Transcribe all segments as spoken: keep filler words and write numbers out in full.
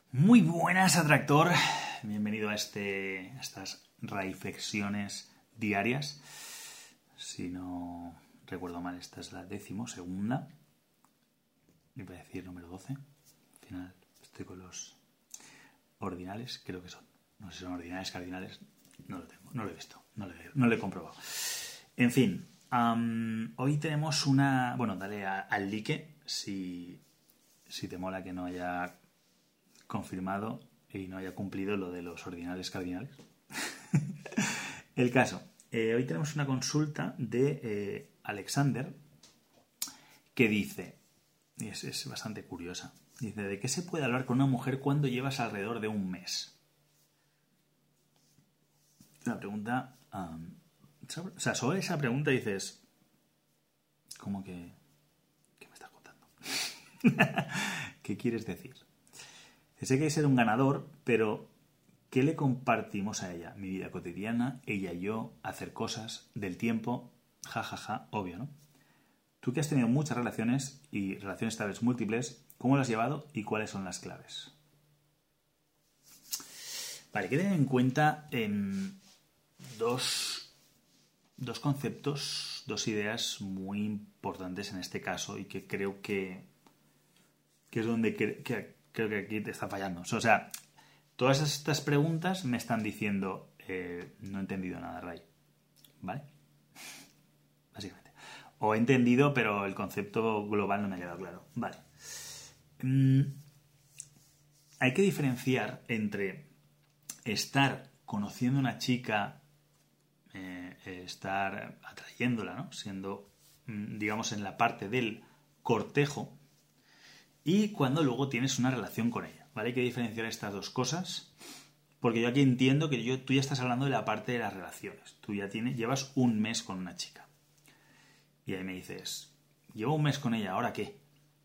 Muy buenas, Atractor. Bienvenido a, este, a estas reflexiones diarias. Si no recuerdo mal, esta es la decimosegunda. Iba a decir número doce. Al final estoy con los ordinales, creo que son. No sé si son ordinales, cardinales. No lo tengo, no lo he visto, no lo he, no lo he comprobado. En fin, um, hoy tenemos una... Bueno, dale a, al like si, si te mola que no haya confirmado y no haya cumplido lo de los ordinales cardinales. El caso, eh, hoy tenemos una consulta de eh, Alexander que dice, y es, es bastante curiosa, dice, ¿de qué se puede hablar con una mujer cuando llevas alrededor de un mes? Una pregunta, um, o sea, sobre esa pregunta dices, ¿cómo que, qué me estás contando? ¿Qué quieres decir? Sé que hay que ser un ganador, pero ¿qué le compartimos a ella? Mi vida cotidiana, ella y yo, hacer cosas, del tiempo, jajaja, ja, ja, obvio, ¿no? Tú que has tenido muchas relaciones y relaciones tal vez múltiples, ¿cómo las has llevado y cuáles son las claves? Vale, hay que tener en cuenta eh, dos, dos conceptos, dos ideas muy importantes en este caso y que creo que, que es donde que, que, creo que aquí te está fallando. O sea, todas estas preguntas me están diciendo eh, no he entendido nada, Ray. ¿Vale? Básicamente. O he entendido, pero el concepto global no me ha quedado claro. Vale. Mm, hay que diferenciar entre estar conociendo a una chica, eh, estar atrayéndola, ¿no? Siendo, digamos, en la parte del cortejo, y cuando luego tienes una relación con ella, ¿vale? Hay que diferenciar estas dos cosas, porque yo aquí entiendo que yo, tú ya estás hablando de la parte de las relaciones. Tú ya tienes, llevas un mes con una chica. Y ahí me dices, llevo un mes con ella, ¿ahora qué?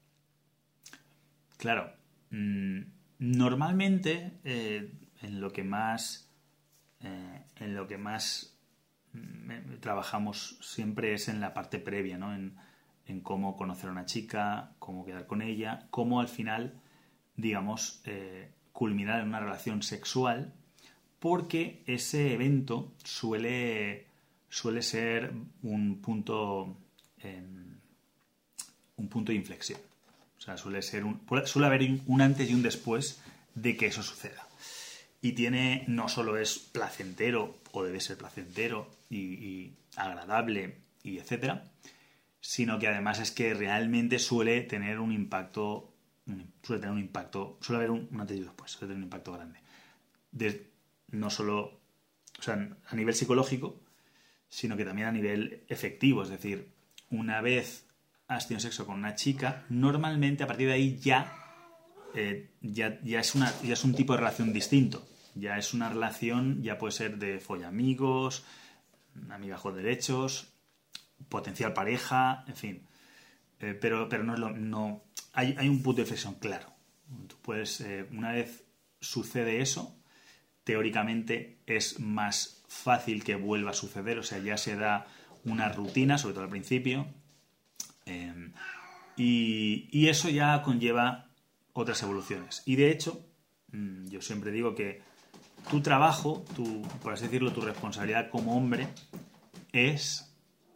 Claro, mmm, normalmente eh, en lo que más, eh, en lo que más mm, trabajamos siempre es en la parte previa, ¿no? En, en cómo conocer a una chica, cómo quedar con ella, cómo al final, digamos, eh, culminar en una relación sexual, porque ese evento suele, suele ser un punto, eh, un punto de inflexión. O sea, suele ser un, suele haber un antes y un después de que eso suceda. Y tiene, no solo es placentero, o debe ser placentero y, y agradable, y etcétera, sino que además es que realmente suele tener un impacto, suele tener un impacto, suele haber un, un antes y un después, suele tener un impacto grande. De, no solo, o sea, a nivel psicológico, sino que también a nivel efectivo. Es decir, una vez has tenido sexo con una chica, normalmente a partir de ahí ya, eh, ya, ya, es una, ya es un tipo de relación distinto. Ya es una relación, ya puede ser de follamigos, amigajos derechos, potencial pareja, en fin. Eh, pero, pero no es lo... No, hay, hay un punto de inflexión claro. Tú puedes, eh, una vez sucede eso, teóricamente es más fácil que vuelva a suceder. O sea, ya se da una rutina, sobre todo al principio. Eh, y, y eso ya conlleva otras evoluciones. Y de hecho, mmm, yo siempre digo que tu trabajo, tu, por así decirlo, tu responsabilidad como hombre es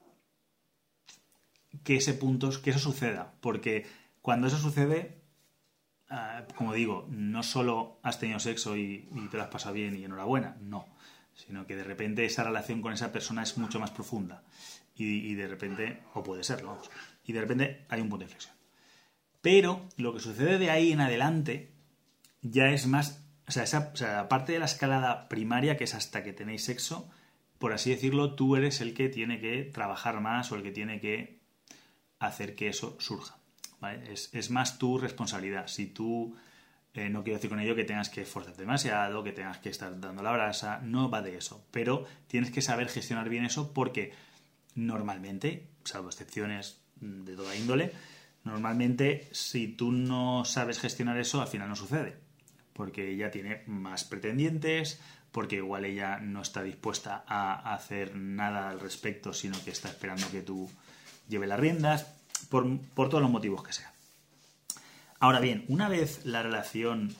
que ese punto, que eso suceda, porque cuando eso sucede, eh, como digo, no solo has tenido sexo y, y te lo has pasado bien y enhorabuena, no, sino que de repente esa relación con esa persona es mucho más profunda y, y de repente, o puede serlo, vamos, y de repente hay un punto de inflexión. Pero lo que sucede de ahí en adelante ya es más, o sea, esa, o sea, aparte de la escalada primaria, que es hasta que tenéis sexo, por así decirlo, tú eres el que tiene que trabajar más o el que tiene que hacer que eso surja, ¿vale? Es, es más tu responsabilidad. Si tú, eh, no quiero decir con ello que tengas que esforzarte demasiado, que tengas que estar dando la brasa, no va de eso, pero tienes que saber gestionar bien eso, porque normalmente, salvo excepciones de toda índole, normalmente si tú no sabes gestionar eso, al final no sucede, porque ella tiene más pretendientes, porque igual ella no está dispuesta a hacer nada al respecto, sino que está esperando que tú lleve las riendas, por, por todos los motivos que sea. Ahora bien, una vez la relación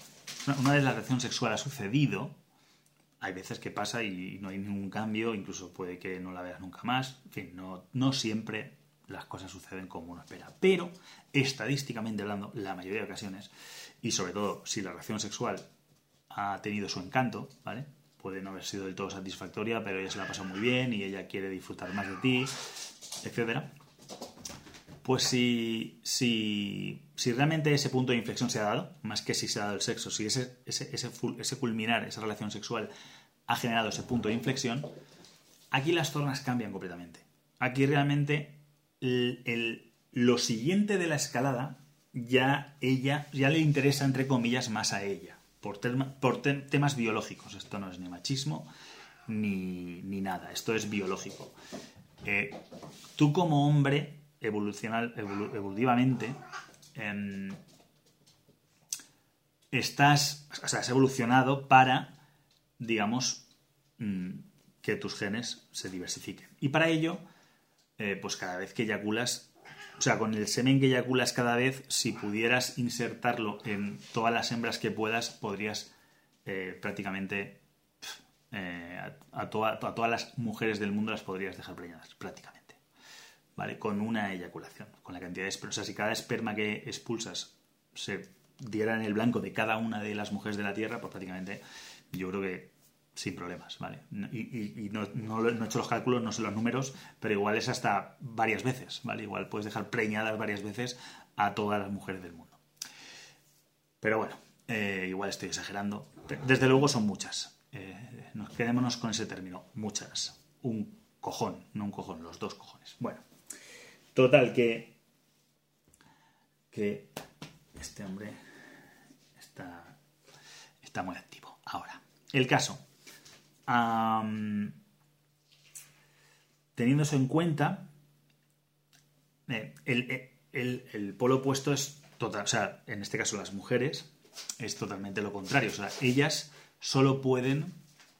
una, una vez la reacción sexual ha sucedido, hay veces que pasa y no hay ningún cambio, incluso puede que no la veas nunca más. En fin, no, no siempre las cosas suceden como uno espera. Pero, estadísticamente hablando, la mayoría de ocasiones, y sobre todo si la reacción sexual ha tenido su encanto, ¿vale? Puede no haber sido del todo satisfactoria, pero ella se la ha pasado muy bien y ella quiere disfrutar más de ti, etcétera. Pues si, si, si realmente ese punto de inflexión se ha dado, más que si se ha dado el sexo, si ese, ese, ese, ese culminar, esa relación sexual ha generado ese punto de inflexión, aquí las tornas cambian completamente. Aquí realmente el, el, lo siguiente de la escalada ya ella ya le interesa, entre comillas, más a ella, por, terma, por te, temas biológicos. Esto no es ni machismo ni, ni nada, esto es biológico. Eh, tú como hombre evolucional, evolu, evolutivamente eh, estás, o sea, has evolucionado para, digamos, mmm, que tus genes se diversifiquen. Y para ello, eh, pues cada vez que eyaculas, o sea, con el semen que eyaculas cada vez, si pudieras insertarlo en todas las hembras que puedas, podrías eh, prácticamente eh, a, a, toda, a todas las mujeres del mundo las podrías dejar preñadas, prácticamente. ¿Vale? Con una eyaculación, con la cantidad de esperma. O sea, si cada esperma que expulsas se diera en el blanco de cada una de las mujeres de la Tierra, pues prácticamente yo creo que sin problemas, ¿vale? Y, y, y no, no, no he hecho los cálculos, no sé los números, pero igual es hasta varias veces, ¿vale? Igual puedes dejar preñadas varias veces a todas las mujeres del mundo. Pero bueno, eh, igual estoy exagerando. Desde luego son muchas. Eh, nos quedémonos con ese término, muchas. Un cojón, no un cojón, los dos cojones. Bueno. Total, que, que este hombre está, está muy activo. Ahora, el caso. Um, teniendo eso en cuenta, eh, el, el, el polo opuesto es total. O sea, en este caso las mujeres es totalmente lo contrario. O sea, ellas solo pueden...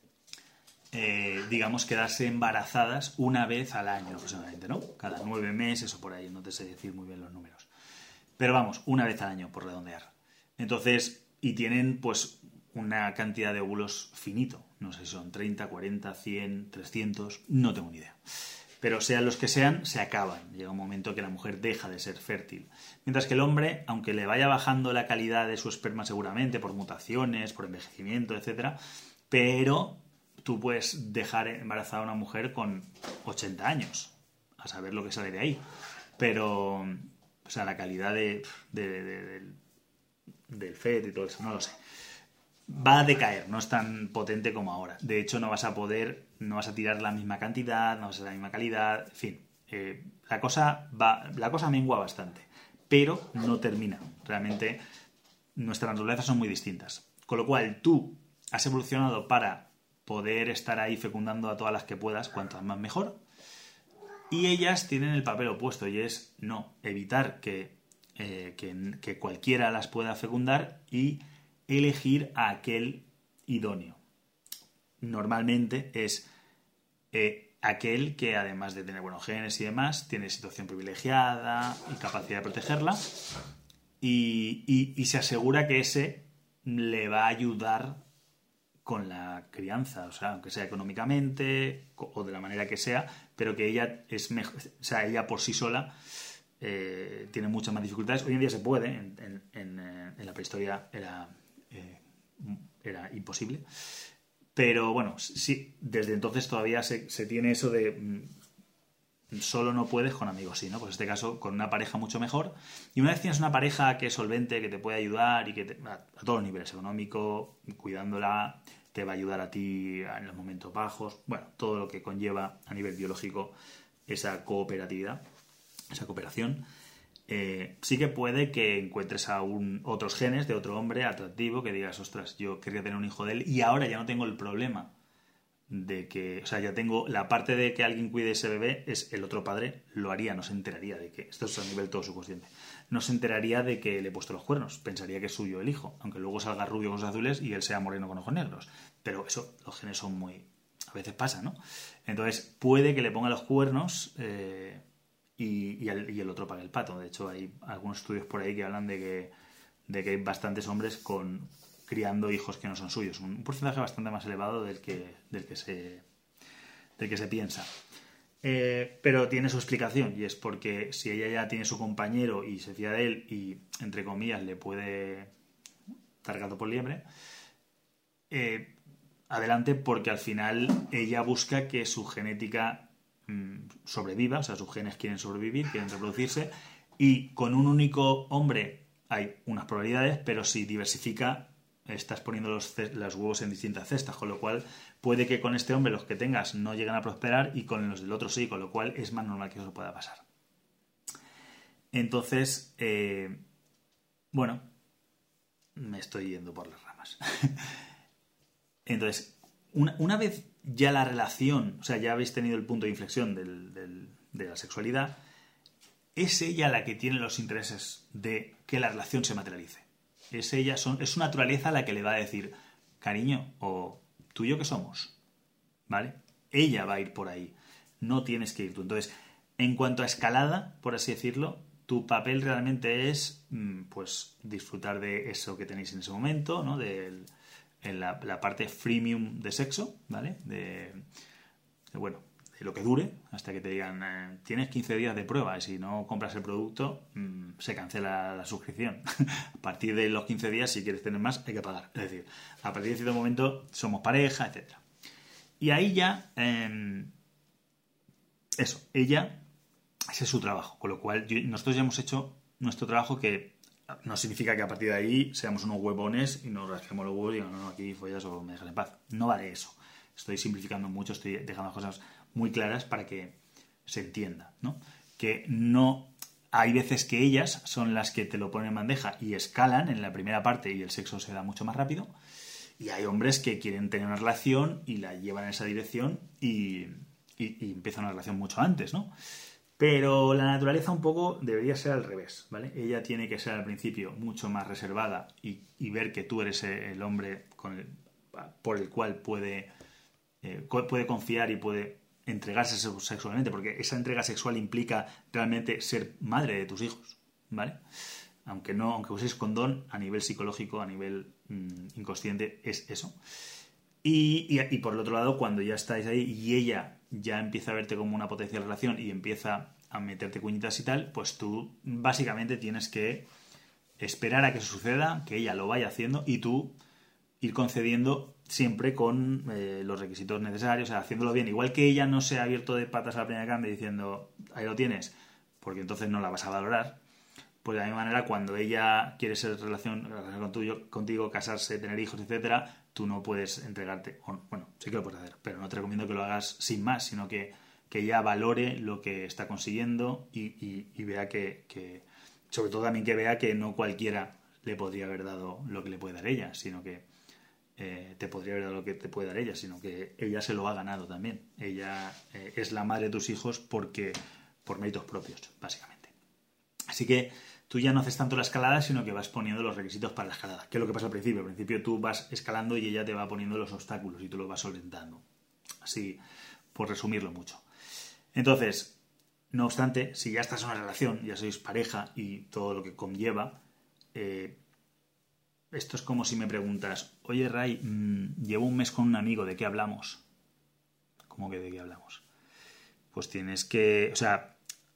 Eh, digamos, quedarse embarazadas una vez al año aproximadamente, ¿no? Cada nueve meses o por ahí, no te sé decir muy bien los números. Pero vamos, una vez al año, por redondear. Entonces, y tienen pues una cantidad de óvulos finito. No sé si son treinta, cuarenta, cien, trescientos, no tengo ni idea. Pero sean los que sean, se acaban. Llega un momento que la mujer deja de ser fértil. Mientras que el hombre, aunque le vaya bajando la calidad de su esperma seguramente, por mutaciones, por envejecimiento, etcétera, pero... tú puedes dejar embarazada a una mujer con ochenta años, a saber lo que sale de ahí. Pero, o sea, la calidad de, de, de, de, del, del feto y todo eso, no lo sé. Va a decaer, no es tan potente como ahora. De hecho, no vas a poder, no vas a tirar la misma cantidad, no vas a la misma calidad, en fin. Eh, la cosa va, la cosa mengua bastante, pero no termina. Realmente, nuestras naturalezas son muy distintas. Con lo cual, tú has evolucionado para poder estar ahí fecundando a todas las que puedas, cuantas más mejor. Y ellas tienen el papel opuesto, y es no, evitar que, eh, que, que cualquiera las pueda fecundar y elegir a aquel idóneo. Normalmente es eh, aquel que, además de tener buenos genes y demás, tiene situación privilegiada y capacidad de protegerla, y, y, y se asegura que ese le va a ayudar con la crianza, o sea, aunque sea económicamente o de la manera que sea, pero que ella es mejor, o sea, ella por sí sola eh, tiene muchas más dificultades. Hoy en día se puede, en, en, en, en la prehistoria era, eh, era imposible, pero bueno, sí, desde entonces todavía se, se tiene eso de mmm, solo no puedes, con amigos sí, ¿no? Pues en este caso con una pareja mucho mejor. Y una vez tienes una pareja que es solvente, que te puede ayudar y que te, a, a todos los niveles, económico, cuidándola, te va a ayudar a ti en los momentos bajos, bueno, todo lo que conlleva a nivel biológico esa cooperatividad, esa cooperación, eh, sí que puede que encuentres a un, otros genes de otro hombre atractivo, que digas, ostras, yo quería tener un hijo de él y ahora ya no tengo el problema de que, o sea, ya tengo la parte de que alguien cuide ese bebé, es el otro padre lo haría, no se enteraría de que, esto es a nivel todo subconsciente, no se enteraría de que le he puesto los cuernos, pensaría que es suyo el hijo, aunque luego salga rubio con ojos azules y él sea moreno con ojos negros, pero eso, los genes son muy, a veces pasa, ¿no? Entonces puede que le ponga los cuernos eh, y, y, el, y el otro pague el pato. De hecho hay algunos estudios por ahí que hablan de que, de que hay bastantes hombres con criando hijos que no son suyos. Un porcentaje bastante más elevado del que, del que, se, del que se piensa. Eh, pero tiene su explicación, y es porque si ella ya tiene su compañero y se fía de él y, entre comillas, le puede dar gato por liebre, eh, adelante, porque al final ella busca que su genética mmm, sobreviva, o sea, sus genes quieren sobrevivir, quieren reproducirse, y con un único hombre hay unas probabilidades, pero si diversifica, estás poniendo los, los huevos en distintas cestas, con lo cual puede que con este hombre los que tengas no lleguen a prosperar y con los del otro sí, con lo cual es más normal que eso pueda pasar. Entonces, eh, bueno, me estoy yendo por las ramas. Entonces, una, una vez ya la relación, o sea, ya habéis tenido el punto de inflexión del, del, de la sexualidad, es ella la que tiene los intereses de que la relación se materialice. Es ella, son, es su naturaleza la que le va a decir, cariño, o tú y yo que somos, ¿vale? Ella va a ir por ahí, no tienes que ir tú. Entonces, en cuanto a escalada, por así decirlo, tu papel realmente es, pues, disfrutar de eso que tenéis en ese momento, ¿no? De, en la, la parte freemium de sexo, ¿vale? De, de, bueno, de lo que dure, hasta que te digan, eh, tienes quince días de prueba y si no compras el producto, mmm, se cancela la suscripción. A partir de los quince días, si quieres tener más, hay que pagar. Es decir, a partir de cierto momento somos pareja, etcétera. Y ahí ya, eh, eso, ella, ese es su trabajo. Con lo cual, yo, nosotros ya hemos hecho nuestro trabajo, que no significa que a partir de ahí seamos unos huevones y nos rasquemos los huevos y digan, no, no, aquí follas o me dejas en paz. No vale eso. Estoy simplificando mucho, estoy dejando las cosas muy claras para que se entienda, ¿no? Que no... Hay veces que ellas son las que te lo ponen en bandeja y escalan en la primera parte y el sexo se da mucho más rápido. Y hay hombres que quieren tener una relación y la llevan en esa dirección y, y, y empiezan una relación mucho antes, ¿no? Pero la naturaleza un poco debería ser al revés, ¿vale? Ella tiene que ser al principio mucho más reservada y, y ver que tú eres el hombre con el, por el cual puede, eh, puede confiar y puede entregarse sexualmente, porque esa entrega sexual implica realmente ser madre de tus hijos, ¿vale? Aunque no, aunque uséis condón, a nivel psicológico, a nivel mmm, inconsciente, es eso. Y, y, y por el otro lado, cuando ya estáis ahí y ella ya empieza a verte como una potencial relación y empieza a meterte cuñitas y tal, pues tú básicamente tienes que esperar a que eso suceda, que ella lo vaya haciendo y tú ir concediendo siempre con eh, los requisitos necesarios, o sea, haciéndolo bien. Igual que ella no se ha abierto de patas a la primera cambio diciendo, ahí lo tienes, porque entonces no la vas a valorar. Pues de la misma manera, cuando ella quiere ser relación, relación contigo, contigo, casarse, tener hijos, etcétera, tú no puedes entregarte. Bueno, sí que lo puedes hacer, pero no te recomiendo que lo hagas sin más, sino que, que ella valore lo que está consiguiendo y, y, y vea que, que, sobre todo también que vea que no cualquiera le podría haber dado lo que le puede dar ella, sino que eh, te podría haber dado lo que te puede dar ella, sino que ella se lo ha ganado también. Ella eh, es la madre de tus hijos porque por méritos propios, básicamente. Así que tú ya no haces tanto la escalada, sino que vas poniendo los requisitos para la escalada. ¿Qué es lo que pasa al principio? Al principio tú vas escalando y ella te va poniendo los obstáculos y tú los vas solventando. Así, por resumirlo mucho. Entonces, no obstante, si ya estás en una relación, ya sois pareja y todo lo que conlleva, eh, esto es como si me preguntas, oye Ray, mmm, llevo un mes con un amigo, ¿de qué hablamos? ¿Cómo que de qué hablamos? Pues tienes que, o sea,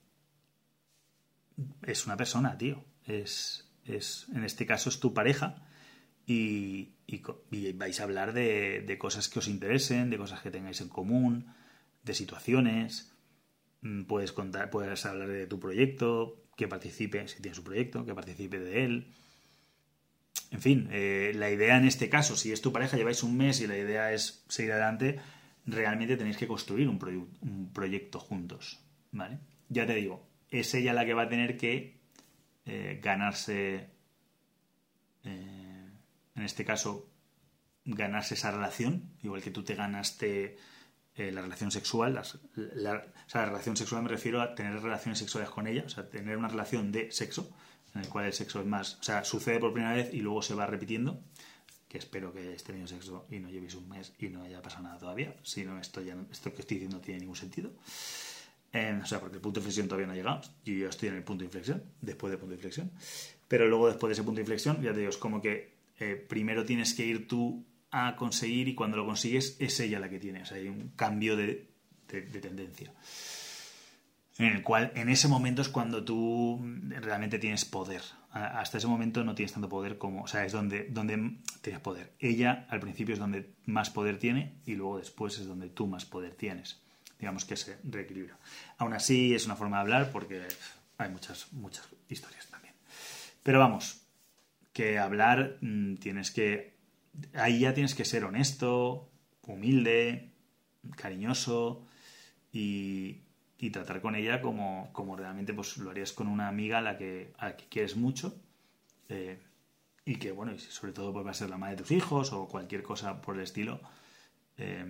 es una persona, tío. Es, es, en este caso es tu pareja y, y, y vais a hablar de, de cosas que os interesen, de cosas que tengáis en común, de situaciones. Puedes contar, puedes hablar de tu proyecto, que participe, si tienes un proyecto, que participe de él. En fin, eh, la idea en este caso, si es tu pareja, lleváis un mes y la idea es seguir adelante, realmente tenéis que construir un, proye- un proyecto juntos, ¿vale? Ya te digo, es ella la que va a tener que eh, ganarse, eh, en este caso, ganarse esa relación, igual que tú te ganaste eh, la relación sexual. Las, la, o sea, la relación sexual me refiero a tener relaciones sexuales con ella, o sea, tener una relación de sexo, en el cual el sexo es más, o sea, sucede por primera vez y luego se va repitiendo, que espero que hayáis tenido sexo y no llevéis un mes y no haya pasado nada todavía, si no, esto, ya, esto que estoy diciendo no tiene ningún sentido. Eh, o sea, porque el punto de inflexión todavía no ha llegado. Yo ya estoy en el punto de inflexión, después del punto de inflexión. Pero luego, después de ese punto de inflexión, ya te digo, es como que eh, primero tienes que ir tú a conseguir y cuando lo consigues es ella la que tiene. O sea, hay un cambio de, de, de tendencia. En el cual, en ese momento es cuando tú realmente tienes poder. Hasta ese momento no tienes tanto poder como... O sea, es donde, donde tienes poder. Ella, al principio, es donde más poder tiene y luego después es donde tú más poder tienes. Digamos que se reequilibra. Aún así, es una forma de hablar porque hay muchas, muchas historias también. Pero vamos, que hablar mmm, tienes que... Ahí ya tienes que ser honesto, humilde, cariñoso y... y tratar con ella como, como realmente pues, lo harías con una amiga a la que, a la que quieres mucho eh, y que, bueno, y sobre todo pues, va a ser la madre de tus hijos o cualquier cosa por el estilo. Eh,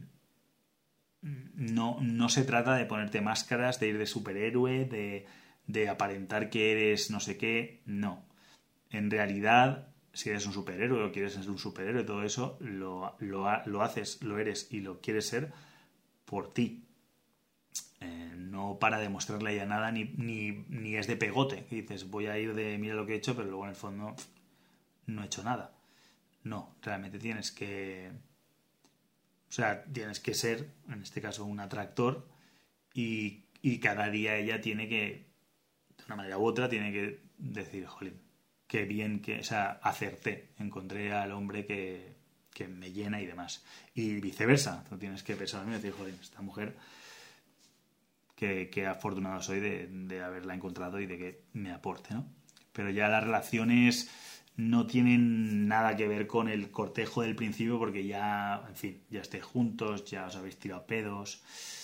no, no se trata de ponerte máscaras, de ir de superhéroe, de, de aparentar que eres no sé qué, no. En realidad, si eres un superhéroe o quieres ser un superhéroe, todo eso lo, lo, lo haces, lo eres y lo quieres ser por ti. Eh, no para demostrarle a ella nada ni, ni, ni es de pegote que dices voy a ir de mira lo que he hecho pero luego en el fondo no he hecho nada. No, realmente tienes que o sea, tienes que ser en este caso un atractor y, y cada día ella tiene que de una manera u otra tiene que decir jolín, qué bien que, o sea, acerté, encontré al hombre que, que me llena y demás y viceversa, tú tienes que pensar en mí y decir jolín, esta mujer Que, que afortunado soy de, de haberla encontrado y de que me aporte, ¿no? Pero ya las relaciones no tienen nada que ver con el cortejo del principio porque ya, en fin, ya estéis juntos, ya os habéis tirado pedos,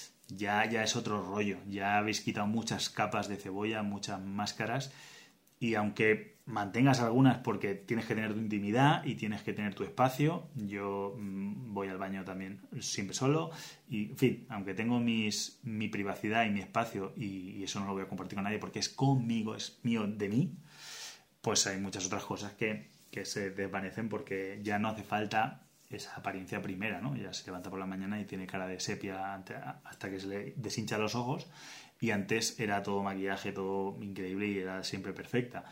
ya, ya es otro rollo, ya habéis quitado muchas capas de cebolla, muchas máscaras y aunque mantengas algunas porque tienes que tener tu intimidad y tienes que tener tu espacio, yo mmm, voy al baño también siempre solo y, en fin, aunque tengo mis, mi privacidad y mi espacio y, y eso no lo voy a compartir con nadie porque es conmigo, es mío de mí, pues hay muchas otras cosas que, que se desvanecen porque ya no hace falta esa apariencia primera, ¿no? Ya se levanta por la mañana y tiene cara de sepia hasta que se le deshincha los ojos y antes era todo maquillaje, todo increíble y era siempre perfecta.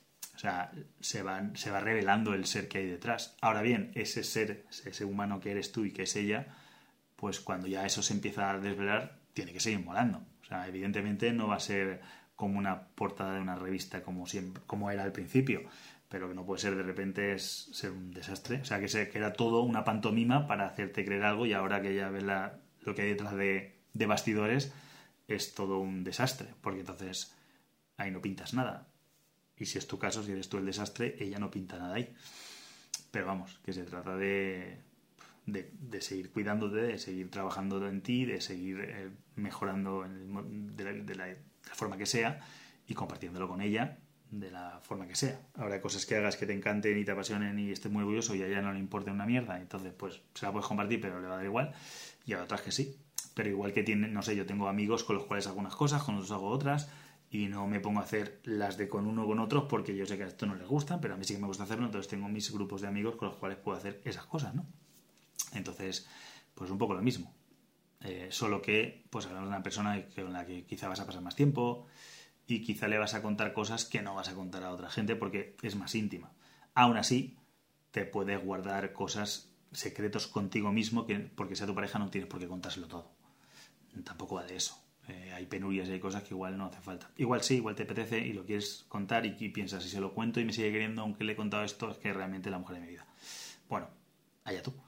O sea, se va, se va revelando el ser que hay detrás. Ahora bien, ese ser, ese humano que eres tú y que es ella, pues cuando ya eso se empieza a desvelar, tiene que seguir molando. O sea, evidentemente no va a ser como una portada de una revista como, siempre, como era al principio, pero que no puede ser de repente es ser un desastre. O sea, que, se, que era todo una pantomima para hacerte creer algo y ahora que ya ves la, lo que hay detrás de, de bastidores es todo un desastre, porque entonces ahí no pintas nada. Y si es tu caso, si eres tú el desastre, ella no pinta nada ahí. Pero vamos, que se trata de, de, de seguir cuidándote, de seguir trabajando en ti, de seguir eh, mejorando en el, de, la, de, la, de la forma que sea y compartiéndolo con ella de la forma que sea. Habrá cosas que hagas que te encanten y te apasionen y estés muy orgulloso y a ella no le importe una mierda, entonces pues se la puedes compartir pero le va a dar igual. Y a otras que sí. Pero igual que tienen, no sé, yo tengo amigos con los cuales hago unas cosas, con otros hago otras y no me pongo a hacer las de con uno o con otros porque yo sé que a esto no les gusta, pero a mí sí que me gusta hacerlo, entonces tengo mis grupos de amigos con los cuales puedo hacer esas cosas, ¿no? Entonces, pues un poco lo mismo. Eh, solo que, pues hablamos de una persona con la que quizá vas a pasar más tiempo y quizá le vas a contar cosas que no vas a contar a otra gente porque es más íntima. Aún así, te puedes guardar cosas, secretos contigo mismo que porque sea tu pareja no tienes por qué contárselo todo. Tampoco va de eso. Eh, hay penurias y hay cosas que igual no hace falta. Igual sí, igual te apetece y lo quieres contar y, y piensas, si se lo cuento y me sigue queriendo aunque le he contado esto, es que realmente es la mujer de mi vida. Bueno, allá tú.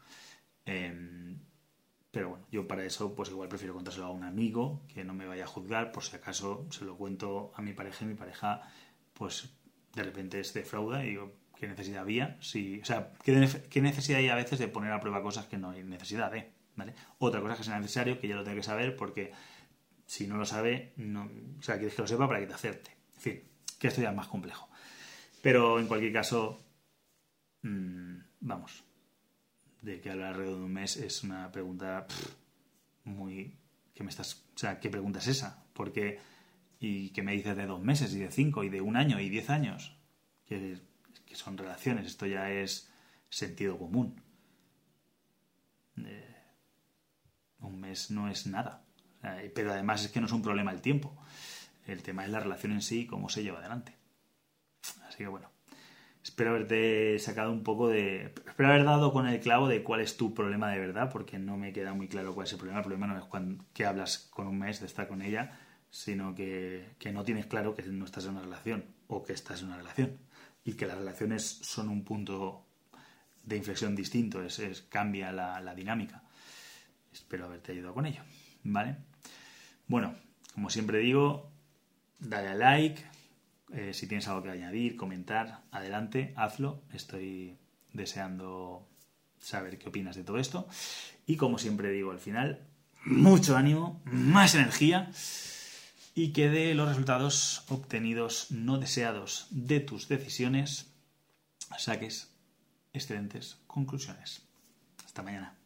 Eh, pero bueno, yo para eso pues igual prefiero contárselo a un amigo que no me vaya a juzgar por si acaso se lo cuento a mi pareja y mi pareja pues de repente se defrauda y digo, ¿qué necesidad había? Si, o sea, ¿qué, ¿qué necesidad hay a veces de poner a prueba cosas que no hay necesidad de? ¿Vale? Otra cosa que sea necesario, que ya lo tengo que saber, porque si no lo sabe, no, o sea, quieres que lo sepa para que te acerte. En fin, que esto ya es más complejo. Pero en cualquier caso, mmm, vamos, de que hablar alrededor de un mes es una pregunta pff, muy... ¿Qué me estás, o sea, ¿qué pregunta es esa? Porque, ¿y qué me dices de dos meses y de cinco y de un año y diez años? Que, que son relaciones, esto ya es sentido común. Eh, un mes no es nada. O sea, pero además es que no es un problema el tiempo. El tema es la relación en sí y cómo se lleva adelante. Así que bueno, Espero haberte sacado un poco de... Espero haber dado con el clavo de cuál es tu problema de verdad, porque no me queda muy claro cuál es el problema. El problema no es cuando, que hablas con un mes de estar con ella, sino que, que no tienes claro que no estás en una relación o que estás en una relación. Y que las relaciones son un punto de inflexión distinto, es, es cambia la, la dinámica. Espero haberte ayudado con ello, ¿vale? Bueno, como siempre digo, dale a like. Eh, si tienes algo que añadir, comentar, adelante, hazlo. Estoy deseando saber qué opinas de todo esto. Y como siempre digo al final, mucho ánimo, más energía y que de los resultados obtenidos no deseados de tus decisiones saques excelentes conclusiones. Hasta mañana.